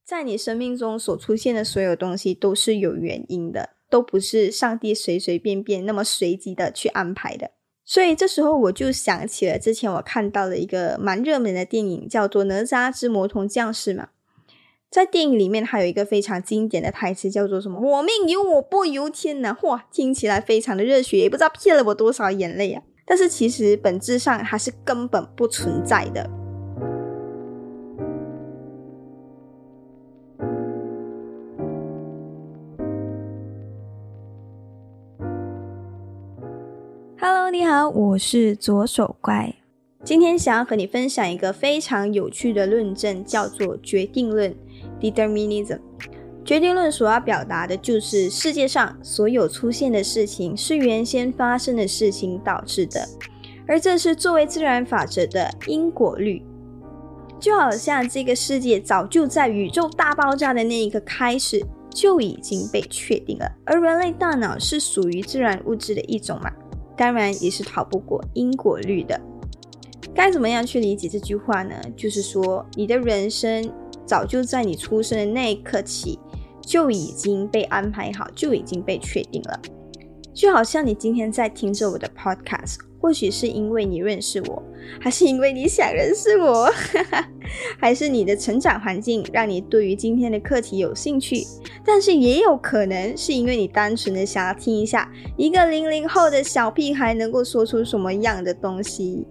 在你生命中所出现的所有东西都是有原因的，都不是上帝随随便便那么随机的去安排的。所以这时候我就想起了之前我看到了一个蛮热门的电影，叫做《哪吒之魔童降世》嘛。在电影里面还有一个非常经典的台词，叫做什么我命由我不由天呐。哇，听起来非常的热血，也不知道骗了我多少眼泪啊。但是其实本质上它是根本不存在的。Hello， 你好，我是左手怪。今天想要和你分享一个非常有趣的论证，叫做决定论 Determinism。 决定论所要表达的就是世界上所有出现的事情是原先发生的事情导致的，而这是作为自然法则的因果律。就好像这个世界早就在宇宙大爆炸的那一刻开始就已经被确定了，而人类大脑是属于自然物质的一种嘛，当然也是逃不过因果律的。该怎么样去理解这句话呢？就是说你的人生早就在你出生的那一刻起就已经被安排好，就已经被确定了。就好像你今天在听着我的 podcast， 或许是因为你认识我，还是因为你想认识我还是你的成长环境让你对于今天的课题有兴趣，但是也有可能是因为你单纯的想要听一下一个00后的小屁孩能够说出什么样的东西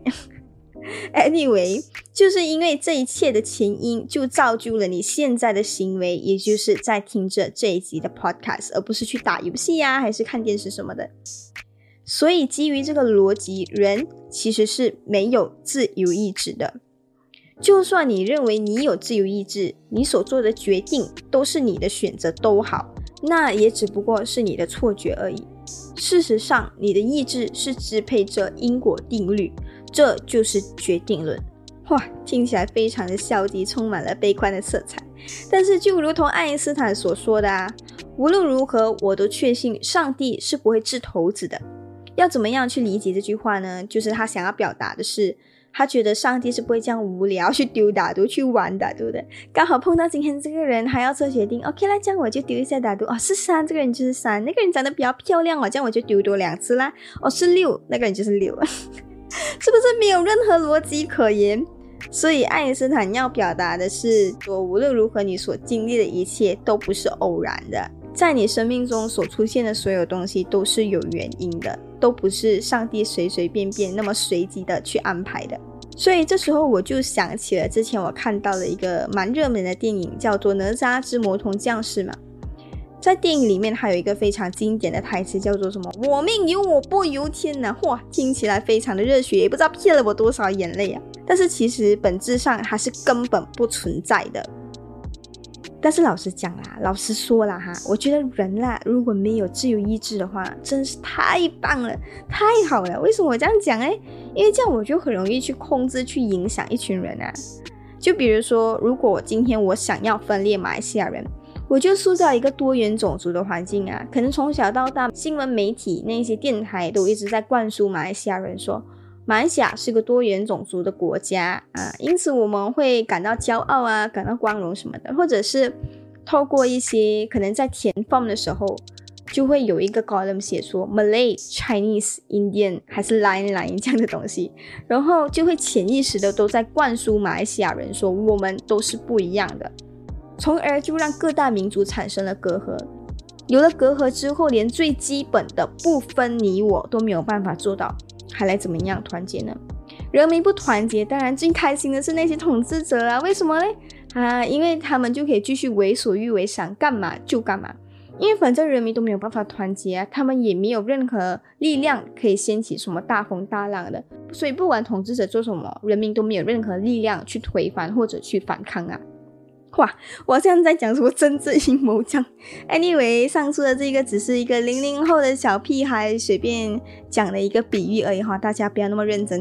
Anyway， 就是因为这一切的前因就造就了你现在的行为，也就是在听着这一集的 podcast， 而不是去打游戏啊，还是看电视什么的。所以基于这个逻辑，人其实是没有自由意志的。就算你认为你有自由意志，你所做的决定都是你的选择都好，那也只不过是你的错觉而已。事实上，你的意志是支配着因果定律，这就是决定论。哇，听起来非常的消极，充满了悲观的色彩。但是就如同爱因斯坦所说的无论如何我都确信上帝是不会掷骰子的。要怎么样去理解这句话呢？就是他想要表达的是，他觉得上帝是不会这样无聊去丢打赌去玩的，对不对？刚好碰到今天这个人还要做决定 OK 啦，这样我就丢一下打赌是3，这个人就是3，那个人长得比较漂亮这样我就丢多2次啦是6，那个人就是6是不是没有任何逻辑可言？所以爱因斯坦要表达的是说，无论如何你所经历的一切都不是偶然的，在你生命中所出现的所有东西都是有原因的，都不是上帝随随便便那么随机的去安排的。所以这时候我就想起了之前我看到了一个蛮热门的电影，叫做《哪吒之魔童降世》嘛。在电影里面还有一个非常经典的台词，叫做什么我命由我不由天呐。哇，听起来非常的热血，也不知道骗了我多少眼泪啊。但是其实本质上它是根本不存在的。但是老实讲啦，老实说啦我觉得人啦，如果没有自由意志的话，真是太棒了，太好了。为什么我这样讲因为这样我就很容易去控制去影响一群人就比如说，如果今天我想要分裂马来西亚人，我就塑造一个多元种族的环境可能从小到大新闻媒体那些电台都一直在灌输马来西亚人说马来西亚是个多元种族的国家因此我们会感到骄傲感到光荣什么的，或者是透过一些可能在填 form 的时候就会有一个 column 写说 Malay, Chinese, Indian 还是 line 这样的东西，然后就会潜意识的都在灌输马来西亚人说我们都是不一样的，从而就让各大民族产生了隔阂。有了隔阂之后，连最基本的不分你我都没有办法做到，还来怎么样团结呢？人民不团结，当然最开心的是那些统治者为什么呢？因为他们就可以继续为所欲为，想干嘛就干嘛。因为反正人民都没有办法团结他们也没有任何力量可以掀起什么大风大浪的，所以不管统治者做什么，人民都没有任何力量去推翻或者去反抗哇，我现在在讲什么政治阴谋这样。 Anyway， 上述的这个只是一个00后的小屁孩随便讲的一个比喻而已大家不要那么认真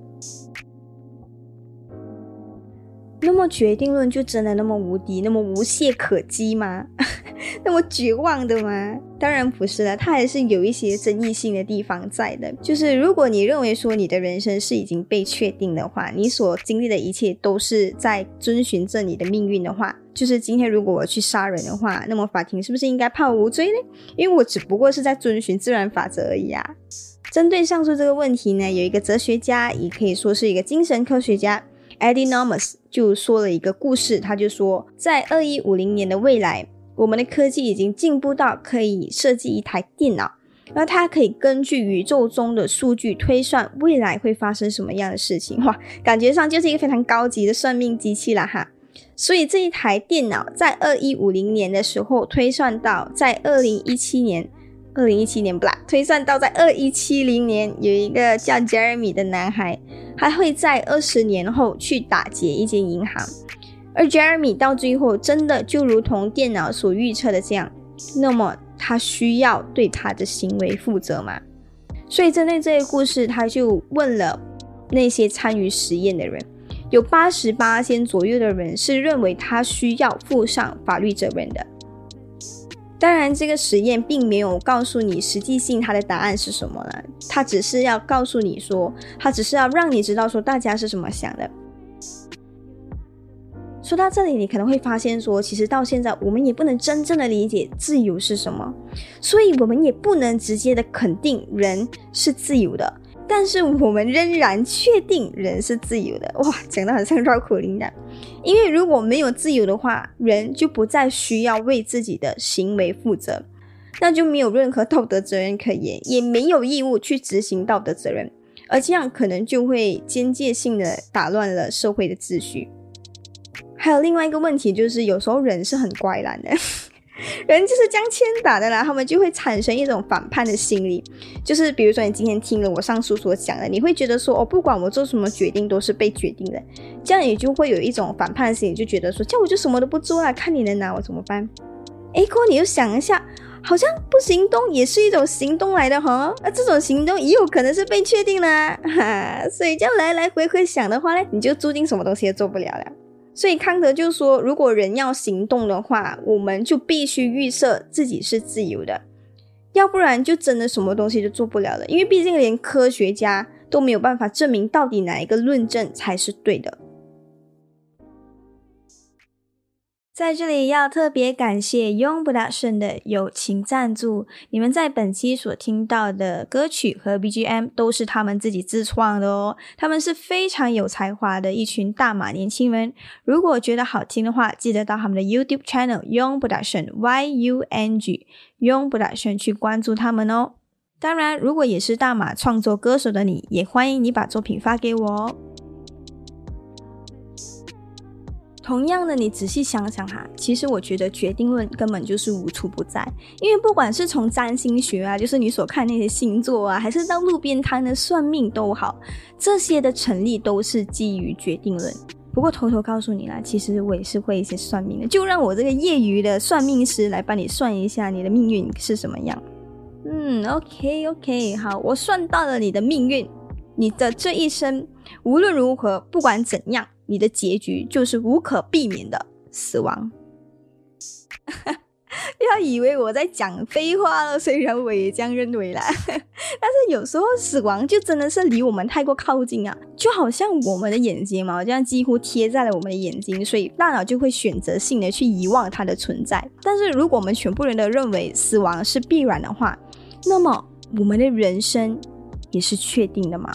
那么决定论就真的那么无敌，那么无懈可击吗？那么绝望的吗？当然不是了，它还是有一些争议性的地方在的。就是如果你认为说你的人生是已经被确定的话，你所经历的一切都是在遵循着你的命运的话， 就是今天如果我去杀人的话，那么法庭是不是应该判我无罪呢？因为我只不过是在遵循自然法则而已啊。针对上述这个问题呢，有一个哲学家，也可以说是一个精神科学家 Eddie Nomus 就说了一个故事。他就说，在2150年的未来，我们的科技已经进步到可以设计一台电脑，那它可以根据宇宙中的数据推算未来会发生什么样的事情。哇，感觉上就是一个非常高级的算命机器啦哈。所以这一台电脑在2150年的时候推算到在2017年不啦，推算到在2170年，有一个叫 Jeremy 的男孩，还会在20年后去打劫一间银行。而 Jeremy 到最后真的就如同电脑所预测的这样，那么他需要对他的行为负责吗？所以针对这个故事，他就问了那些参与实验的人，有 88% 左右的人是认为他需要负上法律责任的。当然这个实验并没有告诉你实际性它的答案是什么了，它只是要告诉你说，它只是要让你知道说大家是怎么想的。说到这里，你可能会发现说，其实到现在我们也不能真正的理解自由是什么，所以我们也不能直接的肯定人是自由的，但是我们仍然确定人是自由的。哇，讲得很像绕口令的。因为如果没有自由的话，人就不再需要为自己的行为负责，那就没有任何道德责任可言，也没有义务去执行道德责任，而这样可能就会间接性的打乱了社会的秩序。还有另外一个问题，就是有时候人是很乖懒的人就是这样欠打的啦，他们就会产生一种反叛的心理。就是比如说你今天听了我上述所讲的，你会觉得说不管我做什么决定都是被决定的，这样你就会有一种反叛的心理，就觉得说这样我就什么都不做啦，看你能拿我怎么办。可你就想一下，好像不行动也是一种行动来的齁，这种行动也有可能是被确定的所以这样来来回回想的话呢，你就注定什么东西也做不了了。所以康德就说，如果人要行动的话，我们就必须预设自己是自由的，要不然就真的什么东西都做不了了。因为毕竟连科学家都没有办法证明到底哪一个论证才是对的。在这里要特别感谢 Young Production 的友情赞助，你们在本期所听到的歌曲和 BGM 都是他们自己自创的哦，他们是非常有才华的一群大马年轻人。如果觉得好听的话，记得到他们的 YouTube Channel Young Production YUNG Young Production 去关注他们哦。当然如果也是大马创作歌手的你，也欢迎你把作品发给我哦。同样的，你仔细想想哈，其实我觉得决定论根本就是无处不在。因为不管是从占星学啊，就是你所看那些星座啊，还是到路边摊的算命都好，这些的成立都是基于决定论。不过偷偷告诉你啦，其实我也是会一些算命的，就让我这个业余的算命师来帮你算一下你的命运是什么样。OK 好，我算到了你的命运，你的这一生无论如何不管怎样，你的结局就是无可避免的死亡。不要以为我在讲废话了，虽然我也这样认为啦但是有时候死亡就真的是离我们太过靠近啊，就好像我们的眼睫毛这样几乎贴在了我们的眼睛，所以大脑就会选择性的去遗忘它的存在。但是如果我们全部人都认为死亡是必然的话，那么我们的人生也是确定的吗？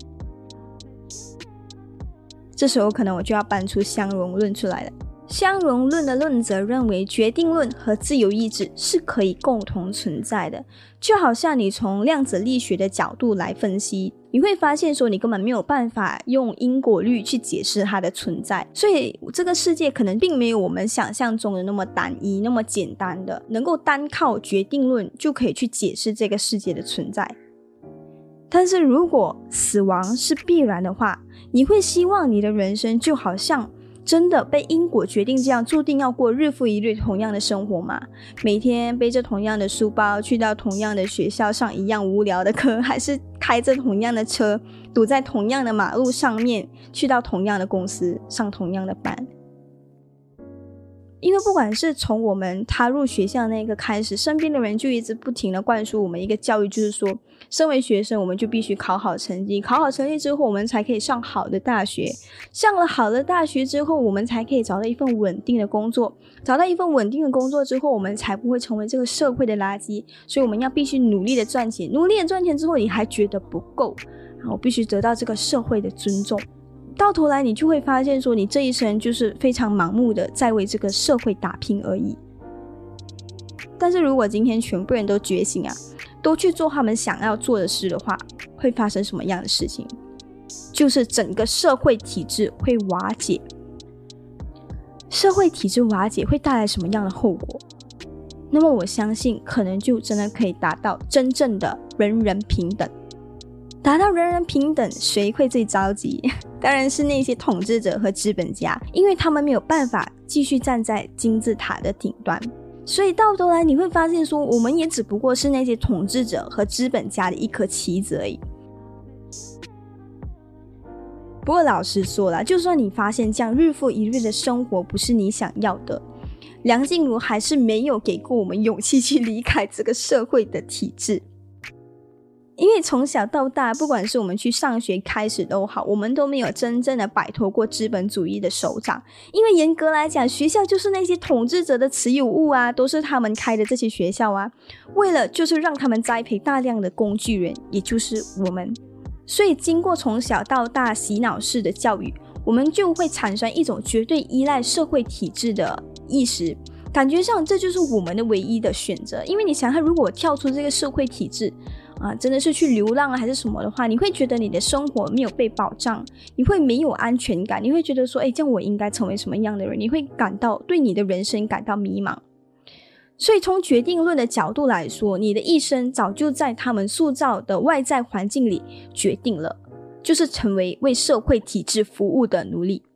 这时候可能我就要搬出相容论出来了。相容论的论者认为决定论和自由意志是可以共同存在的，就好像你从量子力学的角度来分析，你会发现说你根本没有办法用因果律去解释它的存在，所以这个世界可能并没有我们想象中的那么单一那么简单的能够单靠决定论就可以去解释这个世界的存在。但是如果死亡是必然的话，你会希望你的人生就好像真的被因果决定这样注定要过日复一日同样的生活吗？每天背着同样的书包去到同样的学校上一样无聊的课，还是开着同样的车堵在同样的马路上面去到同样的公司上同样的班？ 因为不管是从我们踏入学校那个开始，身边的人就一直不停的灌输我们一个教育，就是说身为学生我们就必须考好成绩，考好成绩之后我们才可以上好的大学，上了好的大学之后我们才可以找到一份稳定的工作，找到一份稳定的工作之后我们才不会成为这个社会的垃圾，所以我们要必须努力的赚钱，努力的赚钱之后你还觉得不够，然后必须得到这个社会的尊重，到头来你就会发现说你这一生就是非常盲目的在为这个社会打拼而已。但是如果今天全部人都觉醒啊，都去做他们想要做的事的话，会发生什么样的事情？就是整个社会体制会瓦解。社会体制瓦解会带来什么样的后果？那么我相信可能就真的可以达到真正的人人平等。达到人人平等，谁会最着急？当然是那些统治者和资本家，因为他们没有办法继续站在金字塔的顶端，所以到头来你会发现说，我们也只不过是那些统治者和资本家的一颗棋子而已。不过老实说啦，就算你发现这样日复一日的生活不是你想要的，梁静茹还是没有给过我们勇气去离开这个社会的体制。因为从小到大，不管是我们去上学开始都好，我们都没有真正的摆脱过资本主义的手掌。因为严格来讲，学校就是那些统治者的持有物啊，都是他们开的这些学校啊，为了就是让他们栽培大量的工具人，也就是我们。所以经过从小到大洗脑式的教育，我们就会产生一种绝对依赖社会体制的意识，感觉上这就是我们的唯一的选择。因为你想看，如果我跳出这个社会体制真的是去流浪还是什么的话，你会觉得你的生活没有被保障，你会没有安全感，你会觉得说这样我应该成为什么样的人，你会感到对你的人生感到迷茫。所以从决定论的角度来说，你的一生早就在他们塑造的外在环境里决定了，就是成为为社会体制服务的奴隶。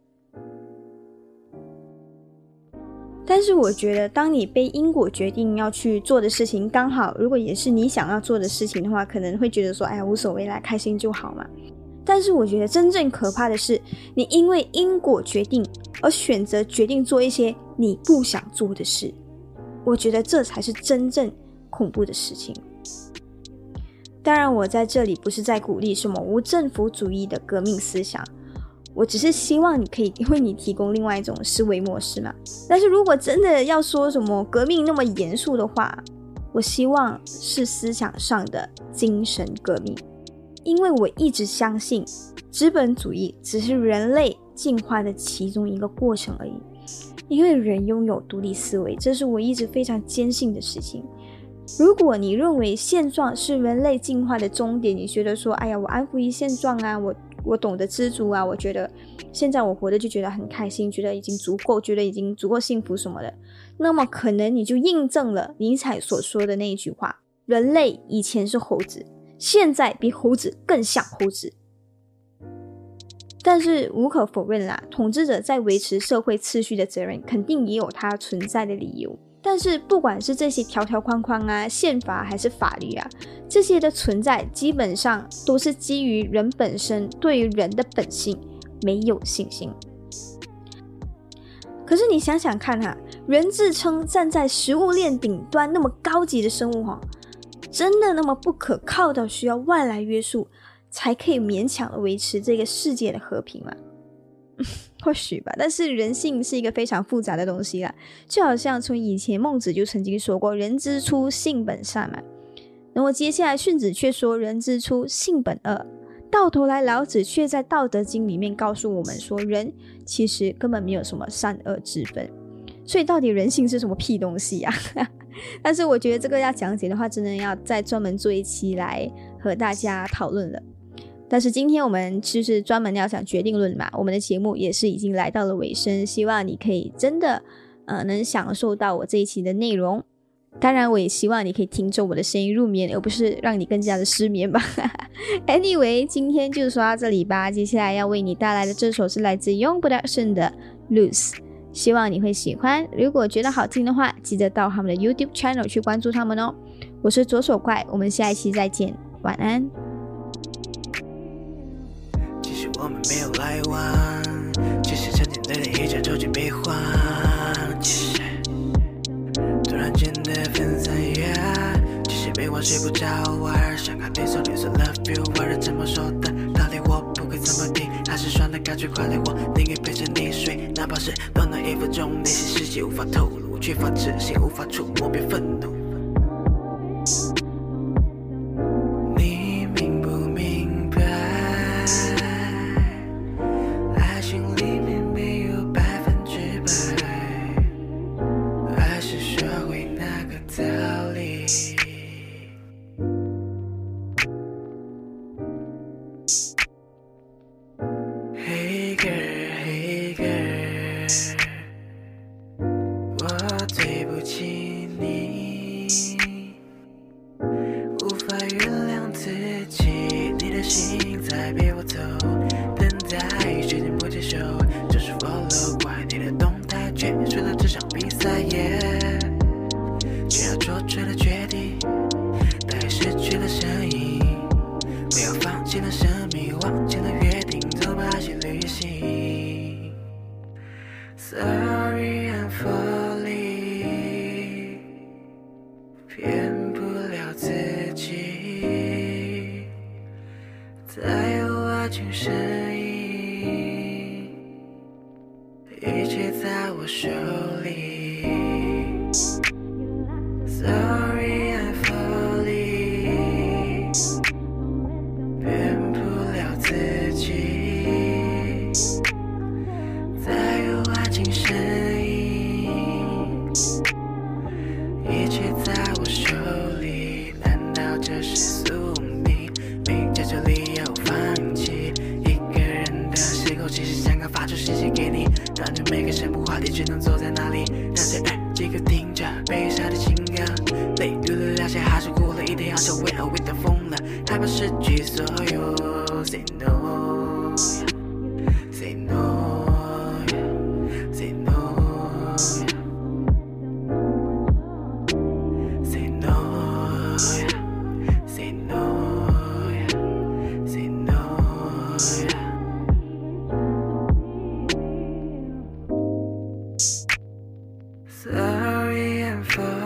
但是我觉得当你被因果决定要去做的事情，刚好如果也是你想要做的事情的话，可能会觉得说无所谓啦，开心就好嘛。但是我觉得真正可怕的是，你因为因果决定而选择决定做一些你不想做的事，我觉得这才是真正恐怖的事情。当然我在这里不是在鼓励什么无政府主义的革命思想，我只是希望你可以为你提供另外一种思维模式嘛。但是如果真的要说什么革命那么严肃的话，我希望是思想上的精神革命。因为我一直相信资本主义只是人类进化的其中一个过程而已，因为人拥有独立思维，这是我一直非常坚信的事情。如果你认为现状是人类进化的终点，你觉得说我安服于现状啊，我懂得知足啊，我觉得现在我活得就觉得很开心，觉得已经足够，觉得已经足够幸福什么的，那么可能你就印证了尼采所说的那一句话，人类以前是猴子，现在比猴子更像猴子。但是无可否认啦，统治者在维持社会秩序的责任肯定也有它存在的理由。但是不管是这些条条框框啊、宪法还是法律啊，这些的存在基本上都是基于人本身对于人的本性没有信心。可是你想想看人自称站在食物链顶端那么高级的生物真的那么不可靠到需要外来约束才可以勉强的维持这个世界的和平吗？或许吧，但是人性是一个非常复杂的东西啦，就好像从以前孟子就曾经说过人之初性本善嘛，然后接下来荀子却说人之初性本恶，到头来老子却在道德经里面告诉我们说人其实根本没有什么善恶之分，所以到底人性是什么屁东西啊？但是我觉得这个要讲解的话真的要再专门做一期来和大家讨论了。但是今天我们就是专门要讲决定论嘛，我们的节目也是已经来到了尾声，希望你可以真的能享受到我这一期的内容。当然我也希望你可以听着我的声音入眠，而不是让你更加的失眠吧。Anyway 今天就说到这里吧，接下来要为你带来的这首是来自 Young Production 的 Loose， 希望你会喜欢，如果觉得好听的话记得到他们的 YouTube channel 去关注他们哦。我是左手怪，我们下一期再见，晚安。 我们没有来往，只是沉浸在一场周期变化。 我睡不着，我还是想看你说 love you， 我是这么说的，道理我不会怎么听，还是算了，干脆快乐我宁愿陪着你睡，哪怕是短短1分钟，内心世界无法透露，缺乏自信无法触摸，别愤怒。你明不明白？爱情里面没有100%，还是学会那个道理。Hey girl, hey girl， 我对不起你，无法原谅自己，你的心在逼我走，等待决定不接受，就是 follow 怪你的动态，却输了这场比赛，却要做出了决定，但也失去了声音，没有放弃了生命，忘记了约定，走吧去旅行。Sorry I'm falling， 骗不了自己，再有爱情声音，一切在我手里。Sorry I'm falling， 骗不了自己，再有爱情声音，一切在我手里，难道这是宿命？没解决理由放弃一个人的时候，其实想要发出信息给你，让你每个生活话题只能坐在那里，让这耳机歌听着悲伤的情歌，泪流了2下，还是哭了一天，好像为爱为的疯了，害怕失去所有。Say no， say no， say no， say no， say no， say no。 Sorry I'm falling。